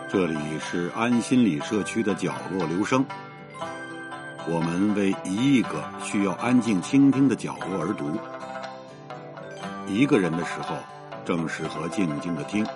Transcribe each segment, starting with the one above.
这里是安心理社区的角落留声，我们为一亿个需要安静倾听的角落而读。一个人的时候，正适合静静的听。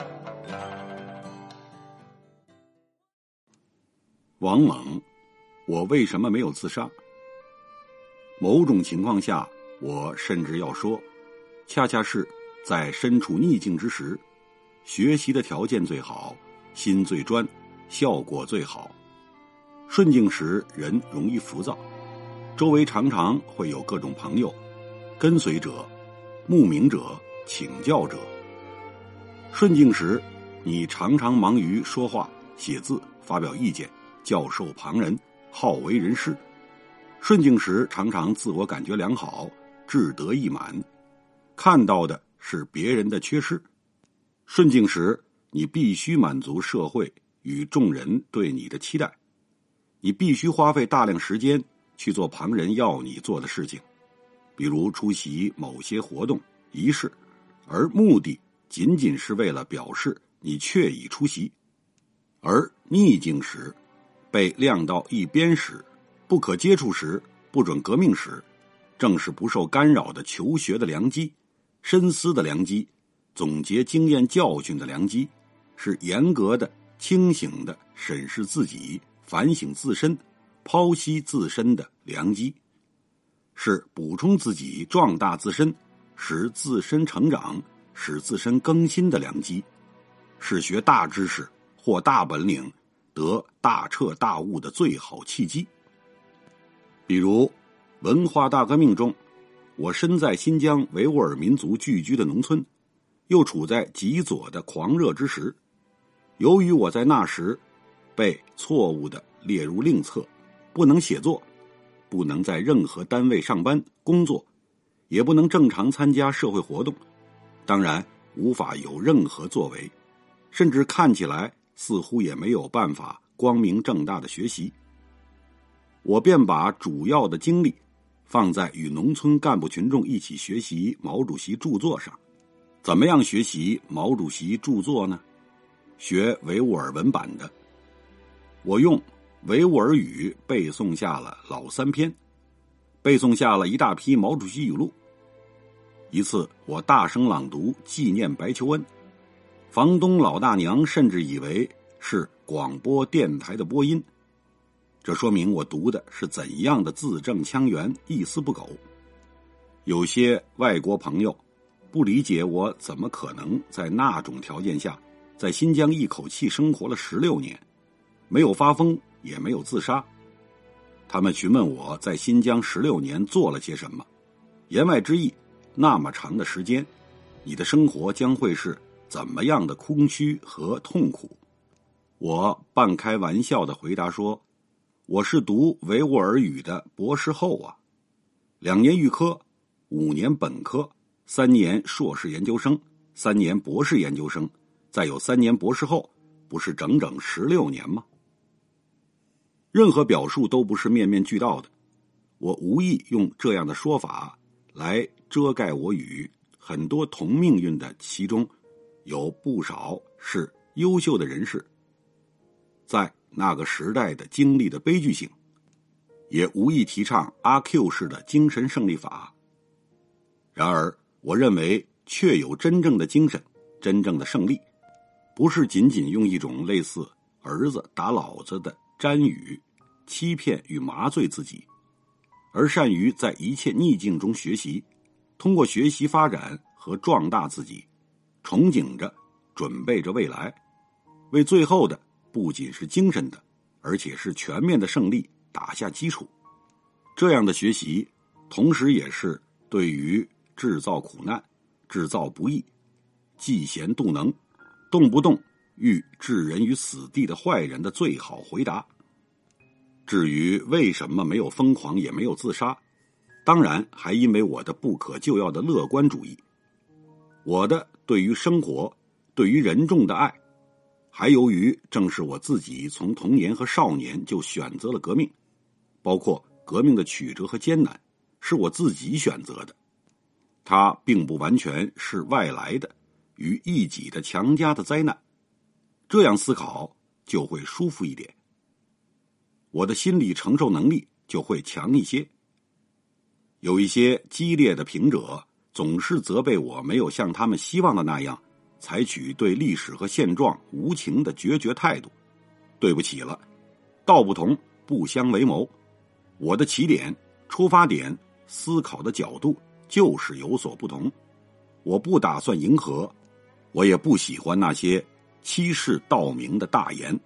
王猛，我为什么没有自杀？某种情况下，我甚至要说，恰恰是在身处逆境之时，学习的条件最好，心最专，效果最好。顺境时人容易浮躁，周围常常会有各种朋友、跟随者、慕名者、请教者。顺境时你常常忙于说话、写字、发表意见，教授旁人，好为人师。顺境时常常自我感觉良好，志得意满，看到的是别人的缺失。顺境时你必须满足社会与众人对你的期待，你必须花费大量时间去做旁人要你做的事情，比如出席某些活动仪式，而目的仅仅是为了表示你确已出席。而逆境时，被晾到一边时，不可接触时，不准革命时，正是不受干扰的求学的良机，深思的良机，总结经验教训的良机，是严格的、清醒的审视自己、反省自身、剖析自身的良机，是补充自己、壮大自身、使自身成长、使自身更新的良机，是学大知识、获大本领、得大彻大悟的最好契机。比如文化大革命中，我身在新疆维吾尔民族聚居的农村，又处在极左的狂热之时。由于我在那时被错误地列入另册，不能写作，不能在任何单位上班工作，也不能正常参加社会活动，当然无法有任何作为，甚至看起来似乎也没有办法光明正大的学习。我便把主要的精力放在与农村干部群众一起学习毛主席著作上。怎么样学习毛主席著作呢？学维吾尔文版的。我用维吾尔语背诵下了老3篇，背诵下了一大批毛主席语录。一次我大声朗读纪念白求恩，房东老大娘甚至以为是广播电台的播音，这说明我读的是怎样的字正腔圆，一丝不苟。有些外国朋友不理解我怎么可能在那种条件下在新疆一口气生活了16年，没有发疯，也没有自杀。他们询问我在新疆16年做了些什么，言外之意，那么长的时间，你的生活将会是怎么样的空虚和痛苦。我半开玩笑地回答说，我是读维吾尔语的博士后啊，2年预科，5年本科，3年硕士研究生，3年博士研究生，再有3年博士后，不是整整16年吗？任何表述都不是面面俱到的，我无意用这样的说法来遮盖我与很多同命运的其中有不少是优秀的人士在那个时代的经历的悲剧性，也无意提倡阿 Q 式的精神胜利法。然而我认为确有真正的精神，真正的胜利不是仅仅用一种类似儿子打老子的沾语欺骗与麻醉自己，而善于在一切逆境中学习，通过学习发展和壮大自己，憧憬着准备着未来，为最后的不仅是精神的，而且是全面的胜利打下基础。这样的学习同时也是对于制造苦难、制造不义、嫉贤妒能、动不动欲置人于死地的坏人的最好回答。至于为什么没有疯狂也没有自杀，当然还因为我的不可救药的乐观主义，我的对于生活、对于人众的爱，还由于正是我自己从童年和少年就选择了革命，包括革命的曲折和艰难，是我自己选择的，它并不完全是外来的与异己的强加的灾难。 这样思考就会舒服一点，我的心理承受能力就会强一些。有一些激烈的评者总是责备我没有像他们希望的那样采取对历史和现状无情的决绝态度。对不起了，道不同不相为谋，我的起点、出发点、思考的角度就是有所不同。我不打算迎合，我也不喜欢那些欺世盗名的大言。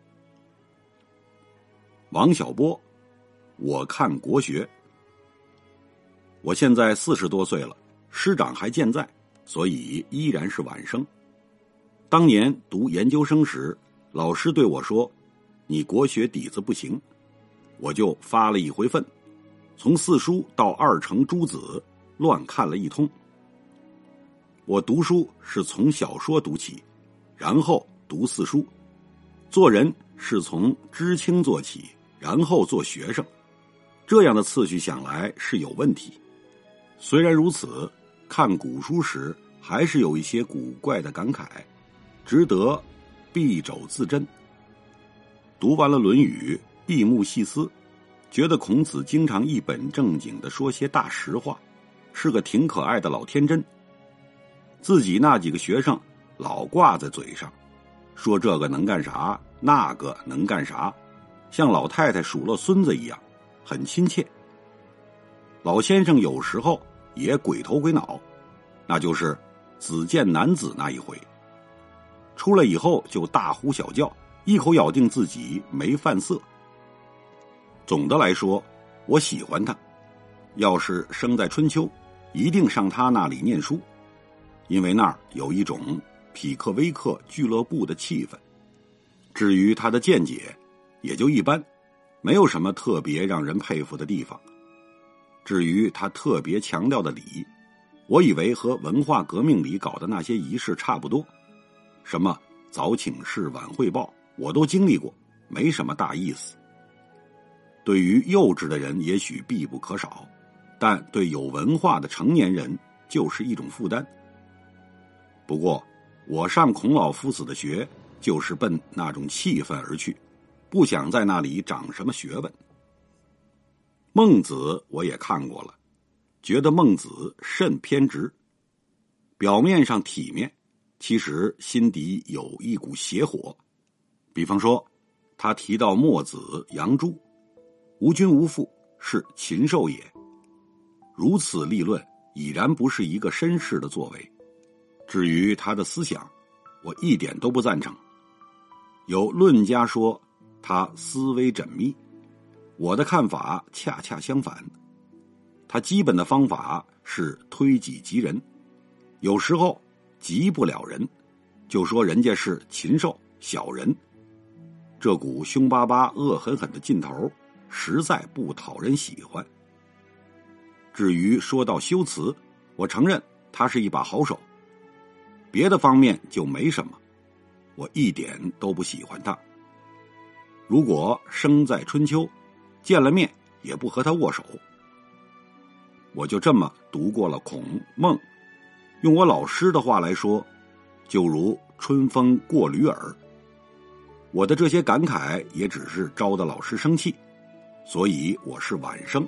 王小波，我看国学。我现在40多岁了，师长还健在，所以依然是晚生。当年读研究生时，老师对我说，你国学底子不行，我就发了一回愤，从四书到二程诸子乱看了一通。我读书是从小说读起，然后读四书，做人是从知青做起，然后做学生，这样的次序想来是有问题。虽然如此，看古书时还是有一些古怪的感慨，值得敝帚自珍。读完了《论语》，闭目细思，觉得孔子经常一本正经地说些大实话，是个挺可爱的老天真。自己那几个学生老挂在嘴上，说这个能干啥，那个能干啥，像老太太数落孙子一样，很亲切。老先生有时候也鬼头鬼脑，那就是子见男子那一回。出来以后就大呼小叫，一口咬定自己没犯色。总的来说，我喜欢他，要是生在春秋，一定上他那里念书，因为那儿有一种匹克威克俱乐部的气氛。至于他的见解，也就一般，没有什么特别让人佩服的地方。至于他特别强调的礼，我以为和文化革命里搞的那些仪式差不多，什么早请示晚汇报我都经历过，没什么大意思。对于幼稚的人也许必不可少，但对有文化的成年人就是一种负担。不过我上孔老夫子的学，就是奔那种气氛而去，不想在那里长什么学问。孟子我也看过了，觉得孟子甚偏执，表面上体面，其实心底有一股邪火。比方说，他提到墨子、杨朱，无君无父，是禽兽也。如此立论，已然不是一个绅士的作为。至于他的思想，我一点都不赞成。有论家说他思维缜密，我的看法恰恰相反。他基本的方法是推己及人，有时候及不了人，就说人家是禽兽、小人。这股凶巴巴、恶狠狠的劲头，实在不讨人喜欢。至于说到修辞，我承认他是一把好手，别的方面就没什么，我一点都不喜欢他。如果生在春秋，见了面也不和他握手。我就这么读过了孔孟，用我老师的话来说，就如春风过驴耳。我的这些感慨也只是招得老师生气，所以我是晚生。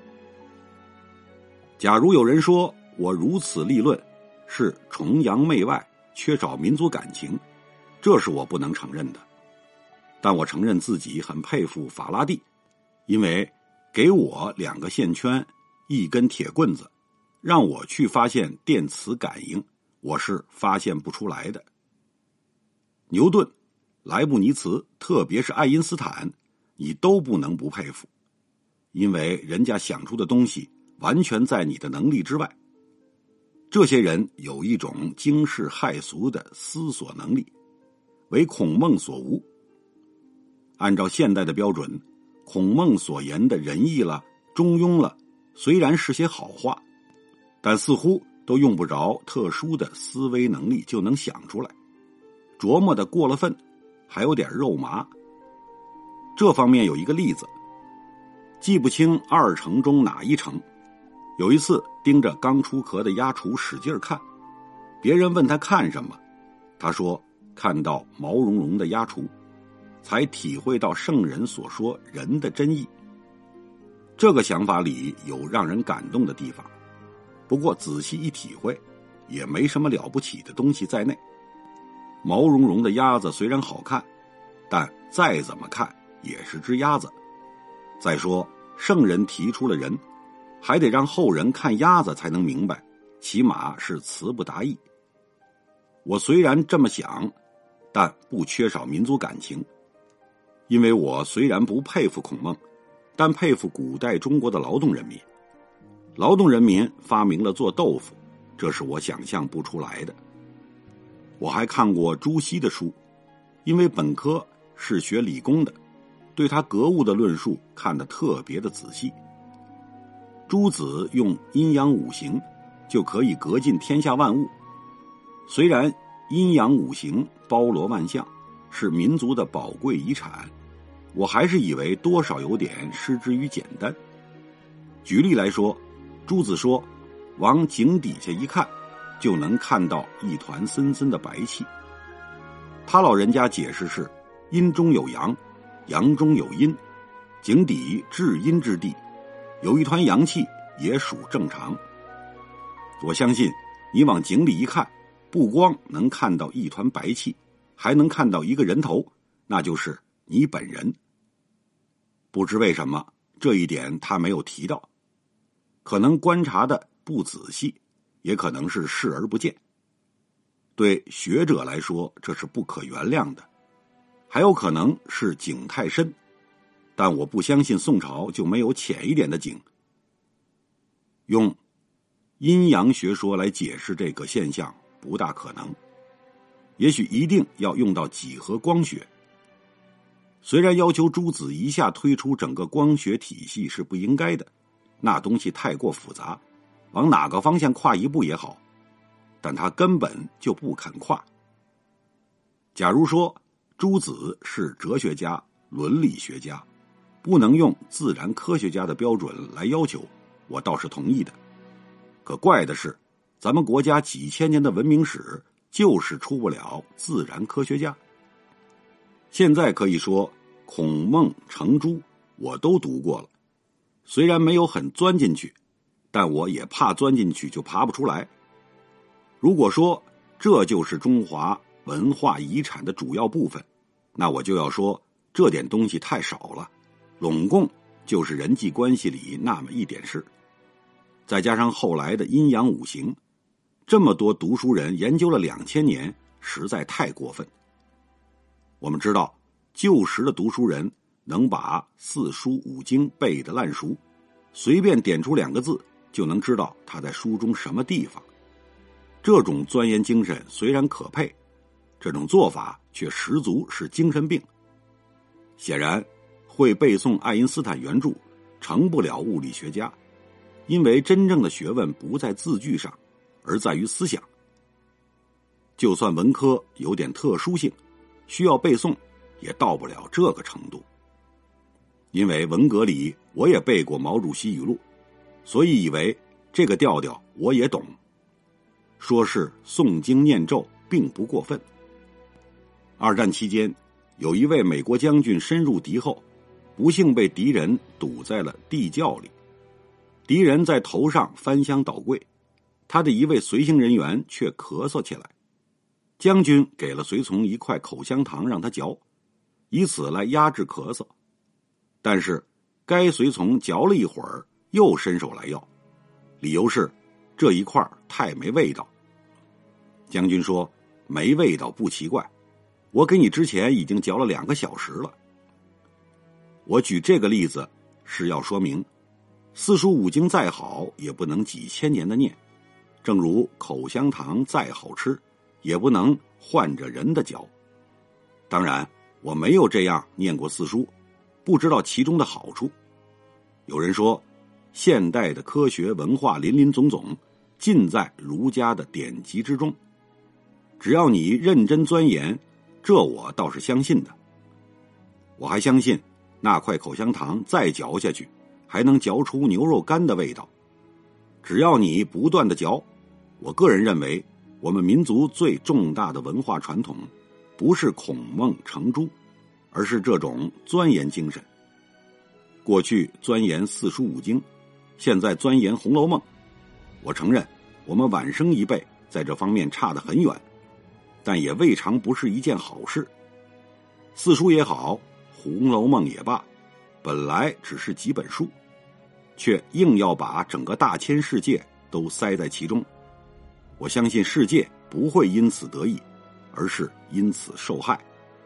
假如有人说我如此立论是崇洋媚外，缺少民族感情，这是我不能承认的。但我承认自己很佩服法拉第，因为给我2个线圈1根铁棍子，让我去发现电磁感应，我是发现不出来的。牛顿、莱布尼茨，特别是爱因斯坦，你都不能不佩服，因为人家想出的东西完全在你的能力之外。这些人有一种惊世骇俗的思索能力，为孔孟所无。按照现代的标准，孔孟所言的仁义了、中庸了，虽然是些好话，但似乎都用不着特殊的思维能力就能想出来，琢磨的过了分，还有点肉麻。这方面有一个例子，记不清2程中哪一程，有一次盯着刚出壳的鸭雏使劲看，别人问他看什么，他说看到毛茸茸的鸭雏，才体会到圣人所说人的真意。这个想法里有让人感动的地方，不过仔细一体会，也没什么了不起的东西在内。毛茸茸的鸭子虽然好看，但再怎么看也是只鸭子。再说圣人提出了人，还得让后人看鸭子才能明白，起码是词不达意。我虽然这么想，但不缺少民族感情，因为我虽然不佩服孔孟，但佩服古代中国的劳动人民。劳动人民发明了做豆腐，这是我想象不出来的。我还看过朱熹的书，因为本科是学理工的，对他格物的论述看得特别的仔细。朱子用阴阳五行就可以格尽天下万物，虽然阴阳五行包罗万象，是民族的宝贵遗产，我还是以为多少有点失之于简单。举例来说，朱子说往井底下一看，就能看到一团森森的白气。他老人家解释是阴中有阳，阳中有阴，井底至阴之地，有一团阳气也属正常。我相信你往井里一看，不光能看到一团白气，还能看到一个人头，那就是你本人。不知为什么这一点他没有提到，可能观察的不仔细，也可能是视而不见。对学者来说这是不可原谅的，还有可能是井太深，但我不相信宋朝就没有浅一点的井。用阴阳学说来解释这个现象不大可能，也许一定要用到几何光学。虽然要求朱子一下推出整个光学体系是不应该的，那东西太过复杂，往哪个方向跨一步也好，但他根本就不肯跨。假如说朱子是哲学家、伦理学家，不能用自然科学家的标准来要求，我倒是同意的。可怪的是，咱们国家几千年的文明史就是出不了自然科学家。现在可以说孔孟程朱我都读过了，虽然没有很钻进去，但我也怕钻进去就爬不出来。如果说这就是中华文化遗产的主要部分，那我就要说这点东西太少了，拢共就是人际关系里那么一点事。再加上后来的阴阳五行，这么多读书人研究了2000年，实在太过分。我们知道旧时的读书人能把四书五经背得烂熟，随便点出2个字就能知道他在书中什么地方。这种钻研精神虽然可佩，这种做法却十足是精神病。显然会背诵爱因斯坦原著成不了物理学家，因为真正的学问不在字句上，而在于思想。就算文科有点特殊性，需要背诵，也到不了这个程度。因为文革里我也背过毛主席语录，所以以为这个调调我也懂，说是诵经念咒并不过分。二战期间，有一位美国将军深入敌后，不幸被敌人堵在了地窖里。敌人在头上翻箱倒柜，他的一位随行人员却咳嗽起来。将军给了随从一块口香糖让他嚼，以此来压制咳嗽。但是该随从嚼了一会儿，又伸手来要，理由是这一块太没味道。将军说，没味道不奇怪，我给你之前已经嚼了2个小时了。我举这个例子是要说明，四书五经再好也不能几千年的念，正如口香糖再好吃也不能换着人的嚼。当然我没有这样念过四书，不知道其中的好处。有人说现代的科学文化林林总总尽在儒家的典籍之中，只要你认真钻研，这我倒是相信的。我还相信那块口香糖再嚼下去还能嚼出牛肉干的味道。只要你不断的嚼，我个人认为我们民族最重大的文化传统不是孔孟程朱，而是这种钻研精神。过去钻研四书五经，现在钻研《红楼梦》，我承认我们晚生一辈在这方面差得很远，但也未尝不是一件好事。四书也好，《红楼梦》也罢，本来只是几本书，却硬要把整个大千世界都塞在其中。我相信世界不会因此得益，而是因此受害。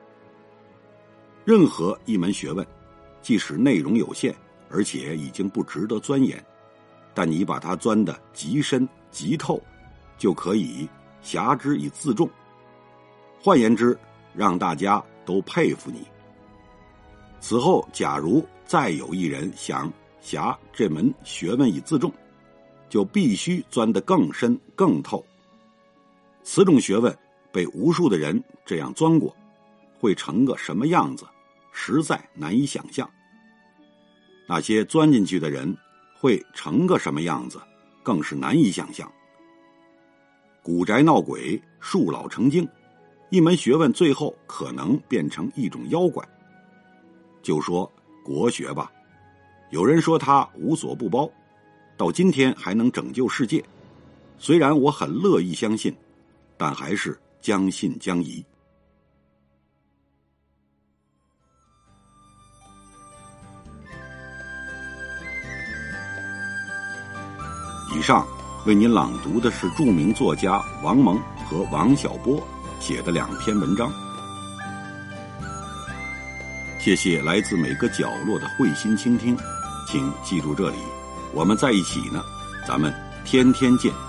任何一门学问，即使内容有限，而且已经不值得钻研，但你把它钻得极深极透，就可以挟之以自重。换言之，让大家都佩服你。此后假如再有一人想挟这门学问以自重，就必须钻得更深更透。此种学问被无数的人这样钻过，会成个什么样子，实在难以想象。那些钻进去的人会成个什么样子，更是难以想象。古宅闹鬼，树老成精，一门学问最后可能变成一种妖怪。就说国学吧，有人说它无所不包，到今天还能拯救世界。虽然我很乐意相信，但还是将信将疑。以上为您朗读的是著名作家王蒙和王小波写的2篇文章。谢谢来自每个角落的慧心倾听，请记住这里，我们在一起呢，咱们天天见。